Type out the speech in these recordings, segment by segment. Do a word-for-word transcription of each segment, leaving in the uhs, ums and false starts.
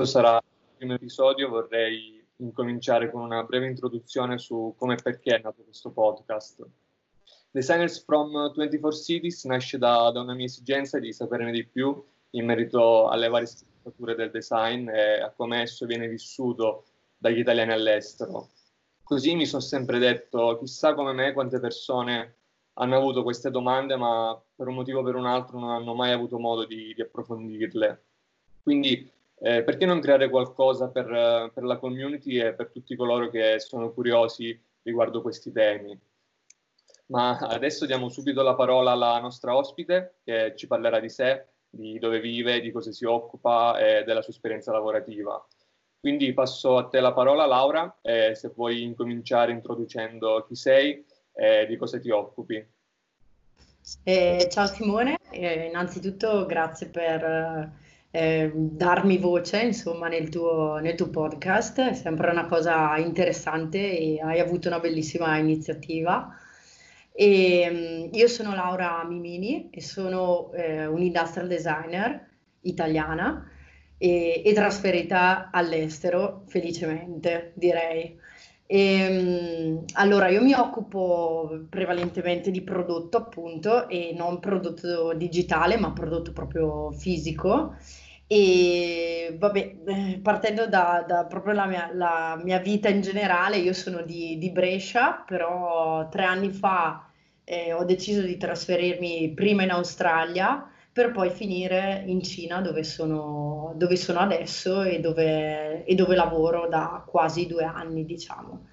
sarà il primo episodio, vorrei incominciare con una breve introduzione su come e perché è nato questo podcast. Designers from ventiquattro Cities nasce da, da una mia esigenza di saperne di più in merito alle varie sfaccettature del design e a come esso viene vissuto dagli italiani all'estero. Così mi sono sempre detto, chissà come me quante persone hanno avuto queste domande, ma per un motivo o per un altro non hanno mai avuto modo di, di approfondirle. Quindi eh, perché non creare qualcosa per, per la community e per tutti coloro che sono curiosi riguardo questi temi? Ma adesso diamo subito la parola alla nostra ospite che ci parlerà di sé, di dove vive, di cosa si occupa e della sua esperienza lavorativa. Quindi passo a te la parola, Laura, e se vuoi incominciare introducendo chi sei e di cosa ti occupi. Eh, ciao Simone, eh, innanzitutto grazie per eh, darmi voce, insomma, nel tuo, nel tuo podcast, è sempre una cosa interessante e hai avuto una bellissima iniziativa. E, mm, io sono Laura Mimini e sono eh, un industrial designer italiana e, e trasferita all'estero, felicemente, direi. Ehm, allora, io mi occupo prevalentemente di prodotto, appunto, e non prodotto digitale, ma prodotto proprio fisico. E vabbè, eh, partendo da, da proprio la mia, la mia vita in generale, io sono di, di Brescia, però tre anni fa eh, ho deciso di trasferirmi prima in Australia per poi finire in Cina dove sono, dove sono adesso e dove, e dove lavoro da quasi due anni, diciamo.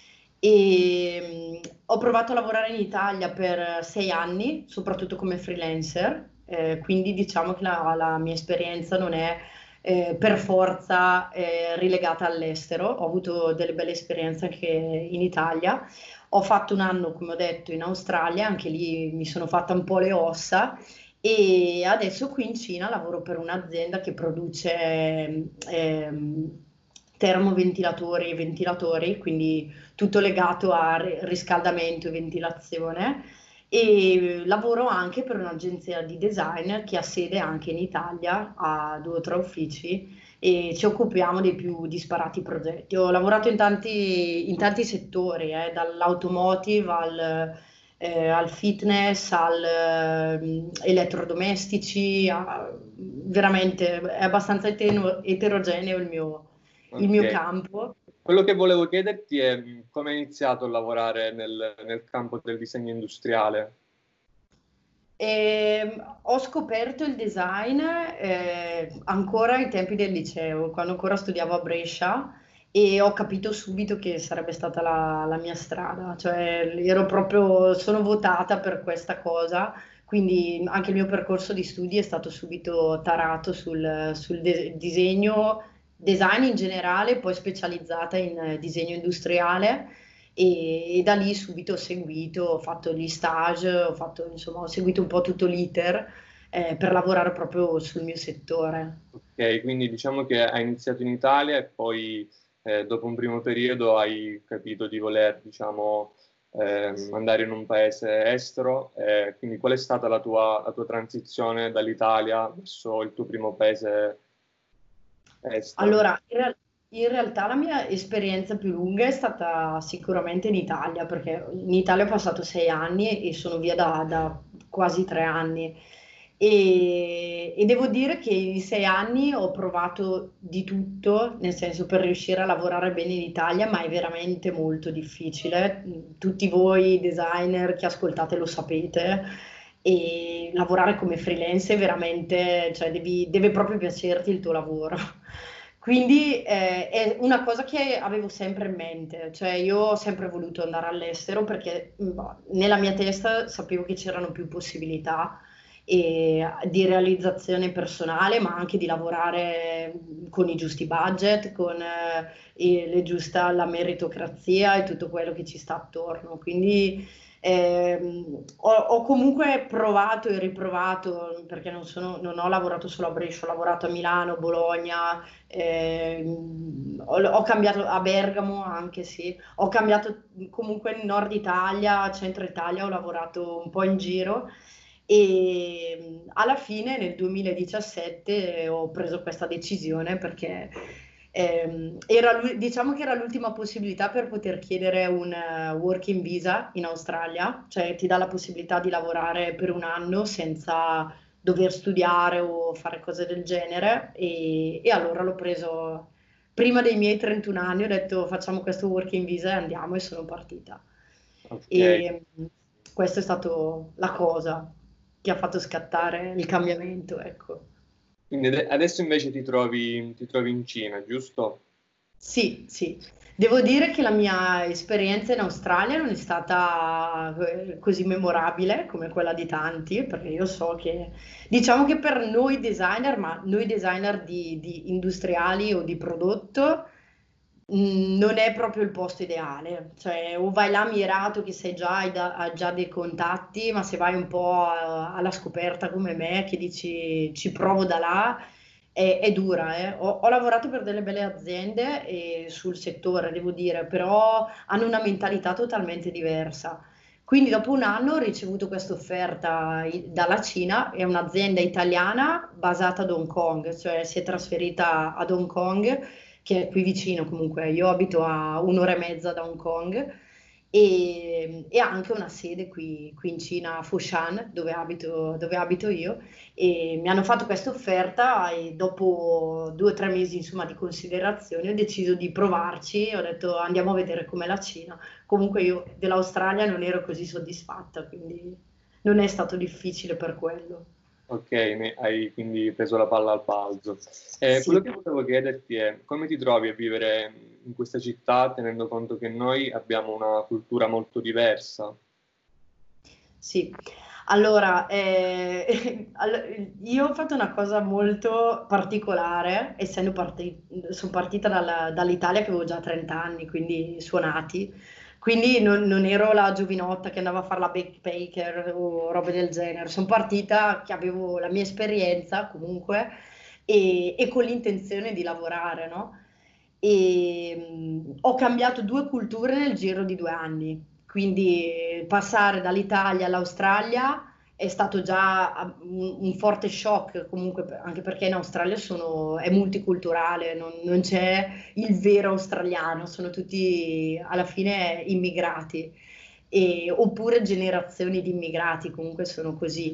E, mh, ho provato a lavorare in Italia per sei anni, soprattutto come freelancer, eh, quindi diciamo che la, la mia esperienza non è eh, per forza eh, rilegata all'estero. Ho avuto delle belle esperienze anche in Italia. Ho fatto un anno, come ho detto, in Australia, anche lì mi sono fatta un po' le ossa e adesso qui in Cina lavoro per un'azienda che produce ehm, termoventilatori e ventilatori, quindi tutto legato a ri- riscaldamento e ventilazione. E lavoro anche per un'agenzia di design che ha sede anche in Italia, ha due o tre uffici e ci occupiamo dei più disparati progetti. Ho lavorato in tanti, in tanti settori, eh, dall'automotive al eh, al fitness, al ehm, elettrodomestici, a- veramente è abbastanza eteno- eterogeneo il mio, il mio Ok. campo. Quello che volevo chiederti è mh, come hai iniziato a lavorare nel, nel campo del disegno industriale. E ho scoperto il design eh, ancora ai tempi del liceo, quando ancora studiavo a Brescia e ho capito subito che sarebbe stata la, la mia strada, cioè ero proprio, sono votata per questa cosa, quindi anche il mio percorso di studi è stato subito tarato sul, sul de- disegno, design in generale, poi specializzata in eh, disegno industriale e, e da lì subito ho seguito, ho fatto gli stage, ho fatto, insomma, ho seguito un po' tutto l'iter eh, per lavorare proprio sul mio settore. Ok, quindi diciamo che hai iniziato in Italia e poi eh, dopo un primo periodo hai capito di voler, diciamo, ehm, andare in un paese estero. Eh, quindi qual è stata la tua, la tua transizione dall'Italia verso il tuo primo paese estero? Allora, in, real- in realtà la mia esperienza più lunga è stata sicuramente in Italia, perché in Italia ho passato sei anni e sono via da, da quasi tre anni. E, e devo dire che in sei anni ho provato di tutto, nel senso per riuscire a lavorare bene in Italia, ma è veramente molto difficile. Tutti voi designer che ascoltate lo sapete. E lavorare come freelance è veramente, cioè devi, deve proprio piacerti il tuo lavoro. Quindi eh, è una cosa che avevo sempre in mente, cioè io ho sempre voluto andare all'estero perché mh, nella mia testa sapevo che c'erano più possibilità e di realizzazione personale, ma anche di lavorare con i giusti budget, con eh, e le giusta, la meritocrazia e tutto quello che ci sta attorno. Quindi ehm, ho, ho comunque provato e riprovato, perché non sono- non ho lavorato solo a Brescia, ho lavorato a Milano, Bologna, ehm, ho, ho cambiato a Bergamo anche sì, ho cambiato comunque in Nord Italia, Centro Italia, ho lavorato un po' in giro E alla fine nel duemiladiciassette ho preso questa decisione perché ehm, era, l'u- diciamo che era l'ultima possibilità per poter chiedere un eh, working visa in Australia, cioè ti dà la possibilità di lavorare per un anno senza dover studiare o fare cose del genere e, e allora l'ho preso prima dei miei trentuno anni, ho detto facciamo questo working visa e andiamo e sono partita. Ok. E mh, questa è stata la cosa che ha fatto scattare il cambiamento, ecco. Quindi ade- adesso invece ti trovi, ti trovi in Cina, giusto? Sì, sì. Devo dire che la mia esperienza in Australia non è stata eh, così memorabile come quella di tanti, perché io so che, diciamo che per noi designer, ma noi designer di, di industriali o di prodotto, mh, non è proprio il posto ideale. Cioè, o vai là mirato che sei già, hai, da- hai già dei contatti, ma se vai un po' a- alla scoperta come me, che dici ci provo da là è, è dura, eh. Ho, ho lavorato per delle belle aziende e sul settore, devo dire, però hanno una mentalità totalmente diversa. Quindi dopo un anno ho ricevuto questa offerta i- dalla Cina, è un'azienda italiana basata ad Hong Kong, cioè si è trasferita ad Hong Kong, che è qui vicino comunque, io abito a un'ora e mezza da Hong Kong e, e ha anche una sede qui, qui in Cina, a Foshan, dove abito, dove abito io e mi hanno fatto questa offerta e dopo due o tre mesi insomma di considerazione ho deciso di provarci, ho detto andiamo a vedere com'è la Cina. Comunque io dell'Australia non ero così soddisfatta, quindi non è stato difficile per quello. Ok, ne- hai quindi preso la palla al balzo. Eh, quello Sì. che volevo chiederti è come ti trovi a vivere in questa città tenendo conto che noi abbiamo una cultura molto diversa? Sì, allora, eh, all- io ho fatto una cosa molto particolare, essendo parti- sono partita dalla- dall'Italia che avevo già trenta anni, quindi suonati, quindi non, non ero la giovinotta che andava a fare la backpacker o robe del genere, sono partita che avevo la mia esperienza comunque e, e con l'intenzione di lavorare, no? E mh, ho cambiato due culture nel giro di due anni, quindi passare dall'Italia all'Australia è stato già ah, un, un forte shock, comunque, per- anche perché in Australia sono- è multiculturale, non, non c'è il vero australiano, sono tutti alla fine immigrati, e- oppure generazioni di immigrati, comunque sono così.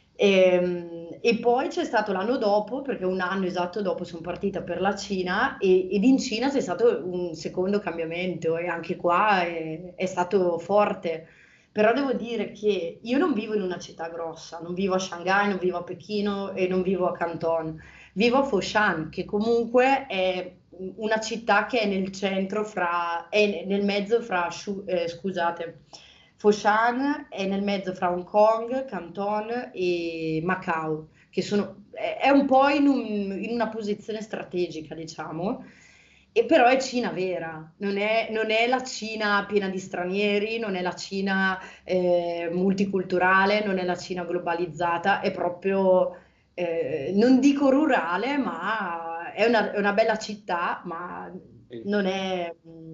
E, e poi c'è stato l'anno dopo, perché un anno esatto dopo sono partita per la Cina e, ed in Cina c'è stato un secondo cambiamento e anche qua è, è stato forte. Però devo dire che io non vivo in una città grossa, non vivo a Shanghai, non vivo a Pechino e non vivo a Canton, vivo a Foshan, che comunque è una città che è nel centro fra, è nel mezzo fra, Shu- eh, scusate, Foshan è nel mezzo fra Hong Kong, Canton e Macau, che sono, è è un po' in, un- in una posizione strategica, diciamo, e però è Cina vera, non è, non è la Cina piena di stranieri, non è la Cina eh, multiculturale, non è la Cina globalizzata, è proprio, eh, non dico rurale, ma è una, è una bella città, ma Sì. non è,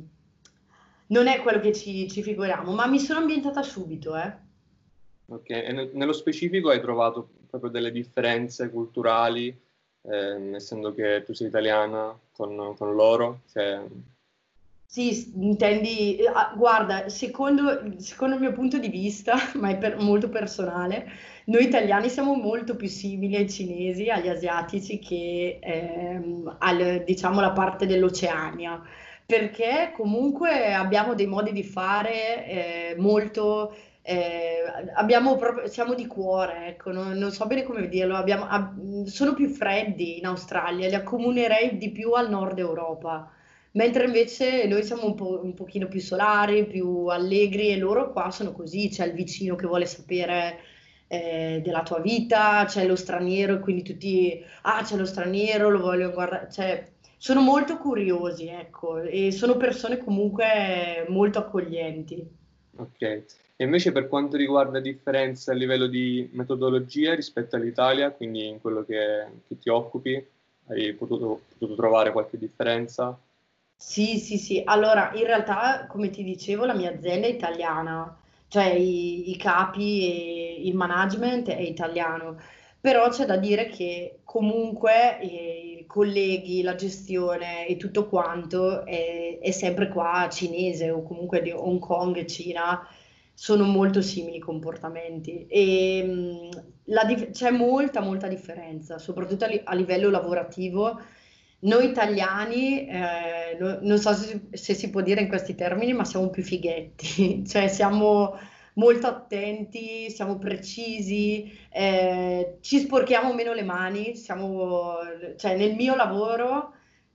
non è quello che ci, ci figuriamo, ma mi sono ambientata subito, eh. Ok, e ne- nello specifico hai trovato proprio delle differenze culturali, ehm, essendo che tu sei italiana con, con loro? Cioè, Sì, s- intendi, eh, ah, guarda, secondo, secondo il mio punto di vista, ma è per- molto personale, noi italiani siamo molto più simili ai cinesi, agli asiatici che ehm, al, diciamo, la parte dell'Oceania, perché comunque abbiamo dei modi di fare eh, molto, eh, abbiamo proprio, siamo di cuore, ecco, non, non so bene come dirlo, abbiamo- ab- sono più freddi in Australia, li accomunerei di più al nord Europa. Mentre invece noi siamo un po', un pochino più solari, più allegri e loro qua sono così, c'è il vicino che vuole sapere eh, della tua vita, c'è lo straniero e quindi tutti, ah c'è lo straniero, lo voglio guardare, cioè sono molto curiosi, ecco, e sono persone comunque molto accoglienti. ok. E invece per quanto riguarda differenze a livello di metodologia rispetto all'Italia, quindi in quello che, che ti occupi, hai potuto, potuto trovare qualche differenza? Sì, sì, sì. Allora, in realtà, come ti dicevo, la mia azienda è italiana, cioè i, i capi e il management è italiano, però c'è da dire che comunque eh, i colleghi, la gestione e tutto quanto è, è sempre qua cinese o comunque di Hong Kong e Cina sono molto simili i comportamenti e mh, la dif- c'è molta molta differenza, soprattutto a, li- a livello lavorativo. Noi italiani, eh, no- non so se, se si può dire in questi termini, ma siamo più fighetti, cioè siamo molto attenti, siamo precisi, eh, ci sporchiamo meno le mani, siamo, cioè nel mio lavoro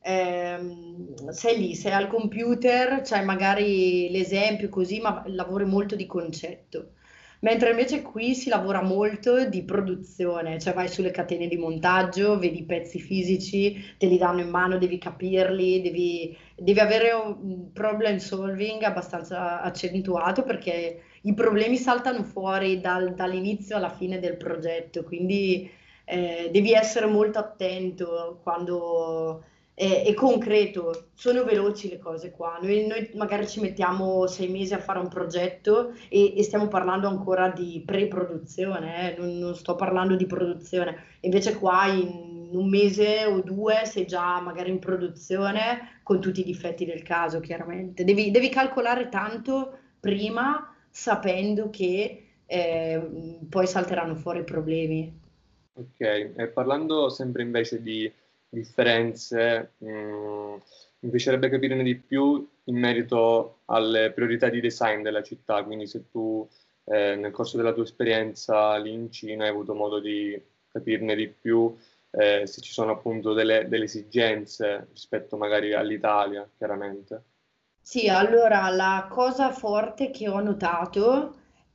ehm, sei lì, sei al computer, c'hai magari l'esempio così, ma lavori molto di concetto. Mentre invece qui si lavora molto di produzione, cioè vai sulle catene di montaggio, vedi i pezzi fisici, te li danno in mano, devi capirli, devi, devi avere un problem solving abbastanza accentuato perché i problemi saltano fuori dal- dall'inizio alla fine del progetto, quindi eh, devi essere molto attento quando è, è concreto, sono veloci le cose qua. Noi, noi magari ci mettiamo sei mesi a fare un progetto e, e stiamo parlando ancora di pre-produzione, eh, non, non sto parlando di produzione. Invece qua in un mese o due sei già magari in produzione con tutti i difetti del caso, chiaramente. Devi, devi calcolare tanto prima sapendo che eh, poi salteranno fuori i problemi. Ok, e parlando sempre invece di differenze, mh, mi piacerebbe capirne di più in merito alle priorità di design della città, quindi se tu eh, nel corso della tua esperienza lì in Cina hai avuto modo di capirne di più, eh, se ci sono appunto delle, delle esigenze rispetto magari all'Italia, chiaramente. Sì, allora la cosa forte che ho notato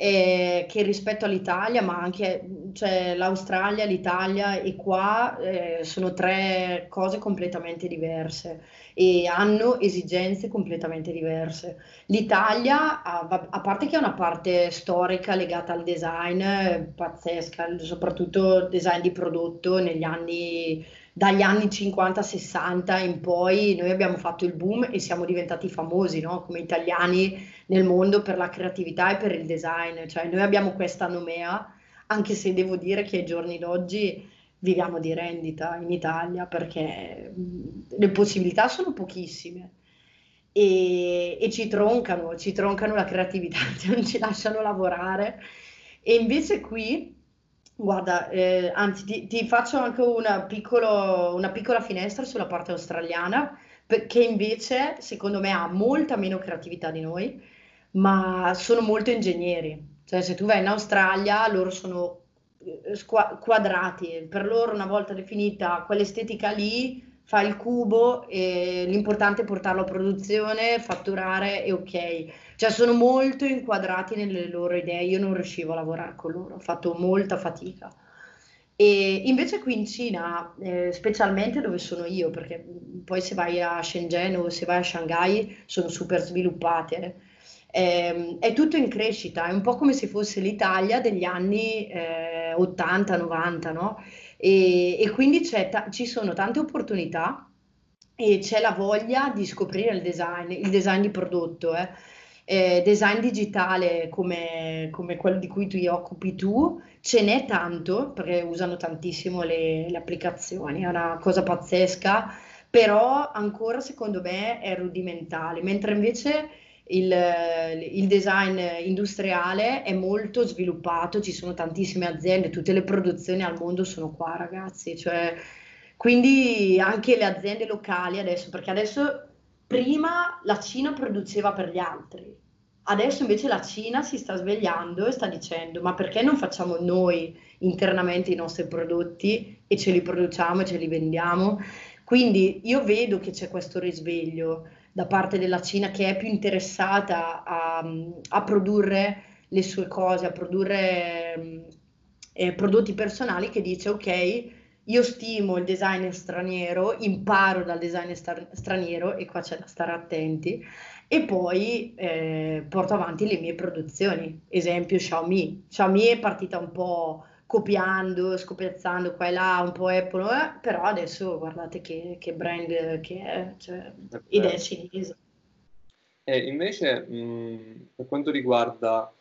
è che rispetto all'Italia, ma anche cioè, l'Australia, l'Italia e qua eh, sono tre cose completamente diverse e hanno esigenze completamente diverse. L'Italia, a, va- a parte che ha una parte storica legata al design eh, pazzesca, soprattutto il design di prodotto negli anni dagli anni cinquanta sessanta in poi noi abbiamo fatto il boom e siamo diventati famosi, no? Come italiani nel mondo per la creatività e per il design, cioè noi abbiamo questa nomea, anche se devo dire che ai giorni d'oggi viviamo di rendita in Italia perché mh, le possibilità sono pochissime. E, e ci troncano, ci troncano la creatività, cioè non ci lasciano lavorare. E invece qui, guarda, eh, anzi, ti, ti faccio anche una, piccolo- una piccola finestra sulla parte australiana, che invece, secondo me, ha molta meno creatività di noi, ma sono molto ingegneri. Cioè, se tu vai in Australia, loro sono eh, squa- quadrati. Per loro, una volta definita quell'estetica lì, fa il cubo e l'importante è portarlo a produzione, fatturare e ok. Cioè sono molto inquadrati nelle loro idee, io non riuscivo a lavorare con loro, ho fatto molta fatica. E invece qui in Cina, eh, specialmente dove sono io, perché mh, poi se vai a Shenzhen o se vai a Shanghai sono super sviluppate, ehm, è tutto in crescita, è un po' come se fosse l'Italia degli anni eh, ottanta novanta, no? E, e quindi c'è ta- ci sono tante opportunità e c'è la voglia di scoprire il design, il design di prodotto, eh. Eh, design digitale come, come quello di cui ti occupi tu, ce n'è tanto perché usano tantissimo le, le applicazioni, è una cosa pazzesca, però ancora secondo me è rudimentale, mentre invece il, il design industriale è molto sviluppato, ci sono tantissime aziende, tutte le produzioni al mondo sono qua, ragazzi, cioè, quindi anche le aziende locali adesso, perché adesso prima la Cina produceva per gli altri, adesso invece la Cina si sta svegliando e sta dicendo, ma perché non facciamo noi internamente i nostri prodotti e ce li produciamo e ce li vendiamo? Quindi io vedo che c'è questo risveglio da parte della Cina che è più interessata a, a produrre le sue cose, a produrre mm, eh, prodotti personali che dice ok, io stimo il designer straniero, imparo dal designer star- straniero e qua c'è da stare attenti e poi eh, porto avanti le mie produzioni. Esempio Xiaomi. Xiaomi è partita un po' copiando, scopiazzando qua e là, un po' Apple, eh, però adesso guardate che, che brand che è, cioè, È ed è vero. cinese. E invece, mh, per quanto riguarda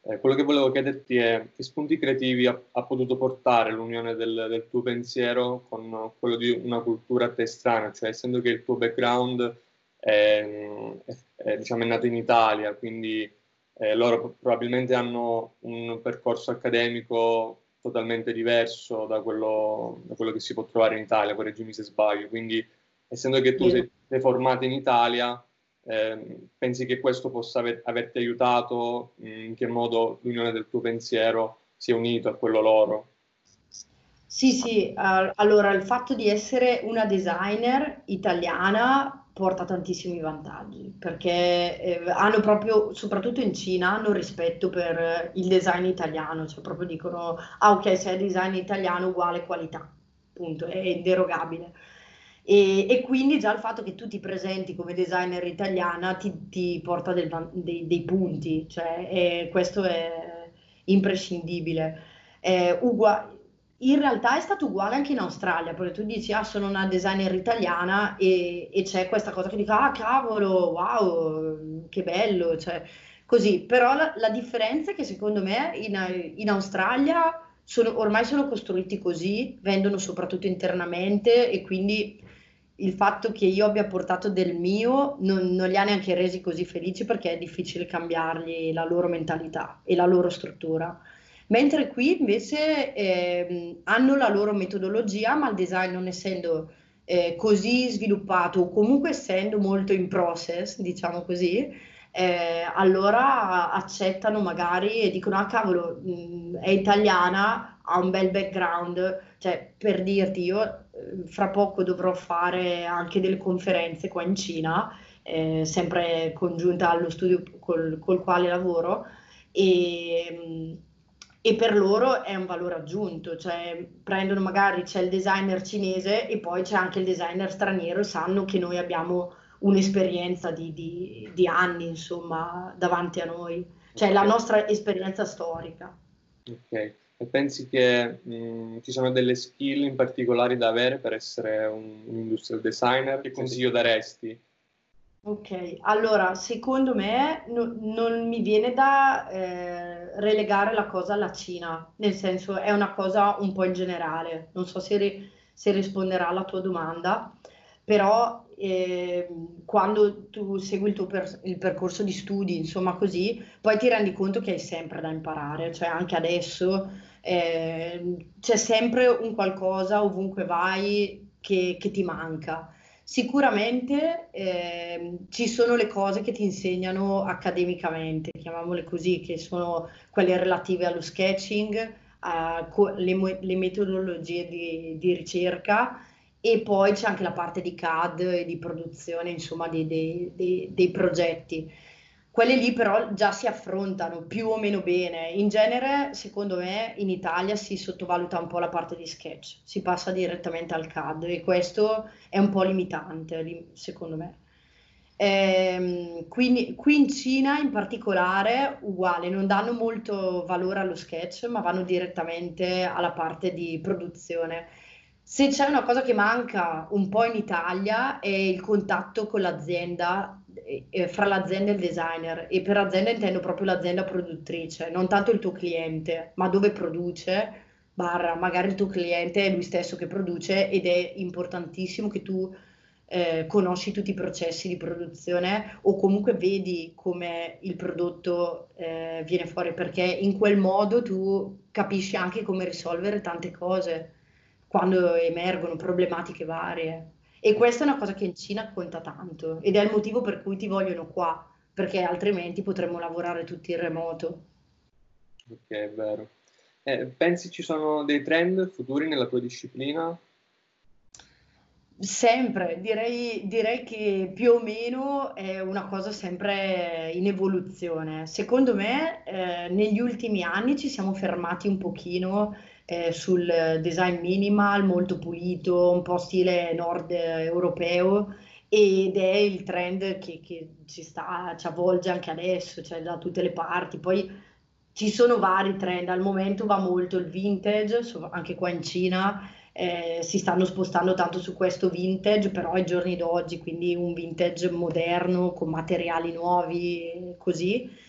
Eh, quello che volevo chiederti è che spunti creativi ha, ha potuto portare l'unione del, del tuo pensiero con quello di una cultura a te estranea, cioè essendo che il tuo background è, è, è, diciamo, è nato in Italia, quindi eh, loro probabilmente hanno un percorso accademico totalmente diverso da quello, da quello che si può trovare in Italia, correggimi se sbaglio, quindi essendo che tu sei, sei formato in Italia, eh, pensi che questo possa aver, averti aiutato? In che modo l'unione del tuo pensiero si è unito a quello loro? Sì, sì, a- allora il fatto di essere una designer italiana porta tantissimi vantaggi, perché eh, hanno proprio, soprattutto in Cina, hanno rispetto per il design italiano, cioè proprio dicono, ah ok, se è design italiano uguale qualità, punto, è inderogabile. E, e quindi già il fatto che tu ti presenti come designer italiana ti, ti porta del van- dei, dei punti, cioè, e questo è imprescindibile. Eh, ugua- In realtà è stato uguale anche in Australia, perché tu dici, ah, sono una designer italiana e, e c'è questa cosa che dico, ah, cavolo, wow, che bello, cioè, così. Però la, la differenza è che secondo me in, in Australia sono- ormai sono costruiti così, vendono soprattutto internamente e quindi il fatto che io abbia portato del mio non, non li ha neanche resi così felici perché è difficile cambiargli la loro mentalità e la loro struttura. Mentre qui invece ehm, hanno la loro metodologia, ma il design non essendo eh, così sviluppato o comunque essendo molto in process, diciamo così, eh, allora accettano magari e dicono: Ah, cavolo, mh, è italiana, ha un bel background. Cioè, per dirti, io eh, fra poco dovrò fare anche delle conferenze qua in Cina, eh, sempre congiunta allo studio col col quale lavoro e, e per loro è un valore aggiunto, cioè prendono magari c'è il designer cinese e poi c'è anche il designer straniero, sanno che noi abbiamo un'esperienza di, di- di anni, insomma, davanti a noi, cioè la Ok. nostra esperienza storica. Ok. E pensi che mh, ci sono delle skill in particolare da avere per essere un, un industrial designer? Che consiglio daresti? Ok, allora secondo me no- non mi viene da eh, relegare la cosa alla Cina, nel senso è una cosa un po' in generale, non so se, ri- se risponderà alla tua domanda, però ehm, quando tu segui il tuo per- il percorso di studi, insomma così, poi ti rendi conto che hai sempre da imparare, cioè anche adesso ehm, c'è sempre un qualcosa ovunque vai che che ti manca. Sicuramente ehm, ci sono le cose che ti insegnano accademicamente, chiamiamole così, che sono quelle relative allo sketching, a co- le, mo- le metodologie di, di ricerca e poi c'è anche la parte di C A D e di produzione, insomma, dei, dei- dei- dei progetti. Quelle lì però già si affrontano più o meno bene. In genere, secondo me, in Italia si sottovaluta un po' la parte di sketch, si passa direttamente al C A D e questo è un po' limitante, li- secondo me. Ehm, quindi qui in Cina in particolare, uguale, non danno molto valore allo sketch, ma vanno direttamente alla parte di produzione. Se c'è una cosa che manca un po' in Italia è il contatto con l'azienda, eh, eh, fra l'azienda e il designer. E per azienda intendo proprio l'azienda produttrice, non tanto il tuo cliente, ma dove produce, barra, magari il tuo cliente è lui stesso che produce ed è importantissimo che tu eh, conosci tutti i processi di produzione o comunque vedi come il prodotto eh, viene fuori, perché in quel modo tu capisci anche come risolvere tante cose quando emergono problematiche varie. E questa è una cosa che in Cina conta tanto ed è il motivo per cui ti vogliono qua, perché altrimenti potremmo lavorare tutti in remoto. Ok, è vero. Eh, pensi ci sono dei trend futuri nella tua disciplina? Sempre, direi, direi che più o meno è una cosa sempre in evoluzione. Secondo me, eh, negli ultimi anni ci siamo fermati un pochino, eh, sul design minimal, molto pulito, un po' stile nord eh, europeo, ed è il trend che, che ci sta, ci avvolge anche adesso, cioè da tutte le parti. Poi ci sono vari trend, al momento va molto il vintage, so- anche qua in Cina eh, si stanno spostando tanto su questo vintage, però ai giorni d'oggi, quindi un vintage moderno con materiali nuovi, così.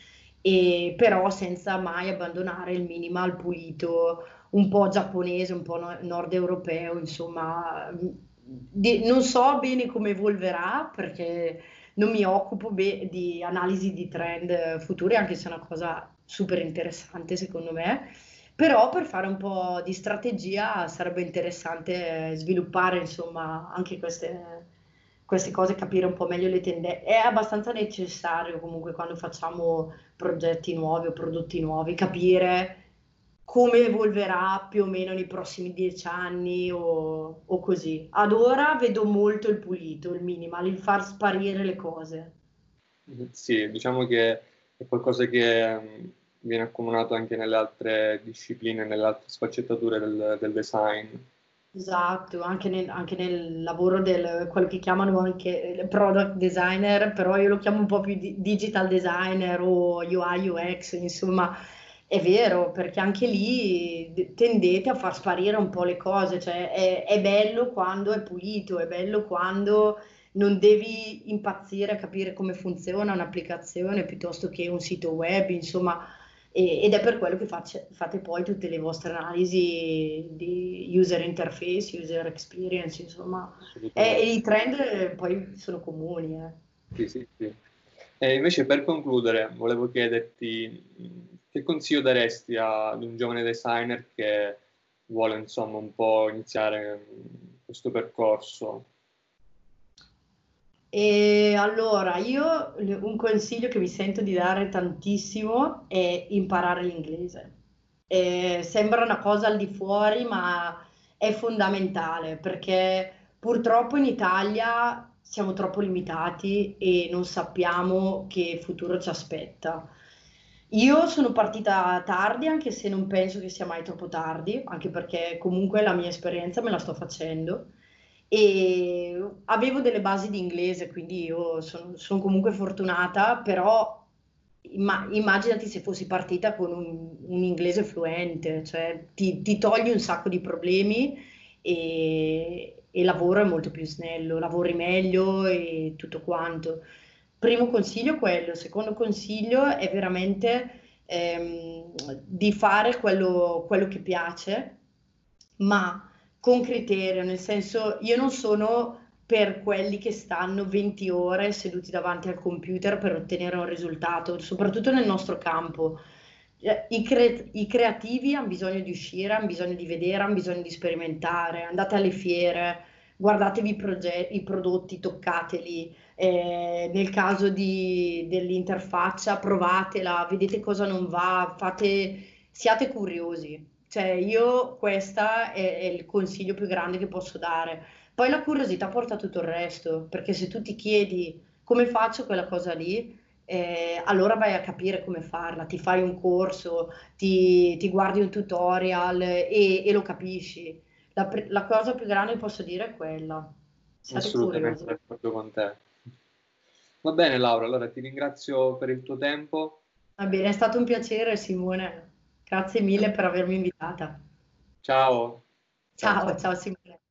e però senza mai abbandonare il minimal pulito, un po' giapponese, un po' no- nord europeo, insomma. Di- non so bene come evolverà perché non mi occupo be- di analisi di trend futuri, anche se è una cosa super interessante secondo me. Però per fare un po' di strategia sarebbe interessante eh, sviluppare, insomma, anche queste, queste cose, capire un po' meglio le tendenze. È abbastanza necessario comunque quando facciamo progetti nuovi o prodotti nuovi, capire come evolverà più o meno nei prossimi dieci anni o, o così. Ad ora vedo molto il pulito, il minimal, il far sparire le cose. Sì, diciamo che è qualcosa che mh, viene accomunato anche nelle altre discipline, nelle altre sfaccettature del, del design. Esatto, anche nel, anche nel lavoro del quello che chiamano anche il product designer, però io lo chiamo un po' più di- digital designer o U I U X, insomma, è vero, perché anche lì de- tendete a far sparire un po' le cose, cioè è, è bello quando è pulito, è bello quando non devi impazzire a capire come funziona un'applicazione piuttosto che un sito web, insomma. E- ed è per quello che facce- fate poi tutte le vostre analisi di user interface, user experience, insomma. E, Assolutamente. e i trend eh, poi sono comuni, eh. Sì, sì, sì. E invece per concludere, volevo chiederti mh, che consiglio daresti ad un giovane designer che vuole, insomma, un po' iniziare mh, questo percorso? E allora, io le- un consiglio che mi sento di dare tantissimo è imparare l'inglese. Eh, sembra una cosa al di fuori, ma è fondamentale perché purtroppo in Italia siamo troppo limitati e non sappiamo che futuro ci aspetta. Io sono partita tardi, anche se non penso che sia mai troppo tardi, anche perché comunque la mia esperienza me la sto facendo e avevo delle basi di inglese, quindi io sono, sono comunque fortunata, però imma- immaginati se fossi partita con un, un inglese fluente, cioè ti, ti togli un sacco di problemi e, e il lavoro è molto più snello, lavori meglio e tutto quanto. Primo consiglio è quello, secondo consiglio è veramente ehm, di fare quello, quello che piace, ma con criterio, nel senso io non sono per quelli che stanno venti ore seduti davanti al computer per ottenere un risultato, soprattutto nel nostro campo. Eh, I, cre- i creativi hanno bisogno di uscire, hanno bisogno di vedere, hanno bisogno di sperimentare. Andate alle fiere, guardatevi i, proge- i prodotti, toccateli. Eh, nel caso di- dell'interfaccia, provatela, vedete cosa non va, fate, siate curiosi. Cioè, io questa è, è il consiglio più grande che posso dare. Poi la curiosità porta a tutto il resto, perché se tu ti chiedi come faccio quella cosa lì, eh, allora vai a capire come farla, ti fai un corso, ti, ti guardi un tutorial e, e lo capisci. La, pr- la cosa più grande che posso dire è quella. Siate Assolutamente curiosi. d'accordo con te. Va bene, Laura, allora ti ringrazio per il tuo tempo. Va bene, è stato un piacere, Simone. Grazie mille per avermi invitata. Ciao. Ciao, Ciao, ciao. ciao Simone.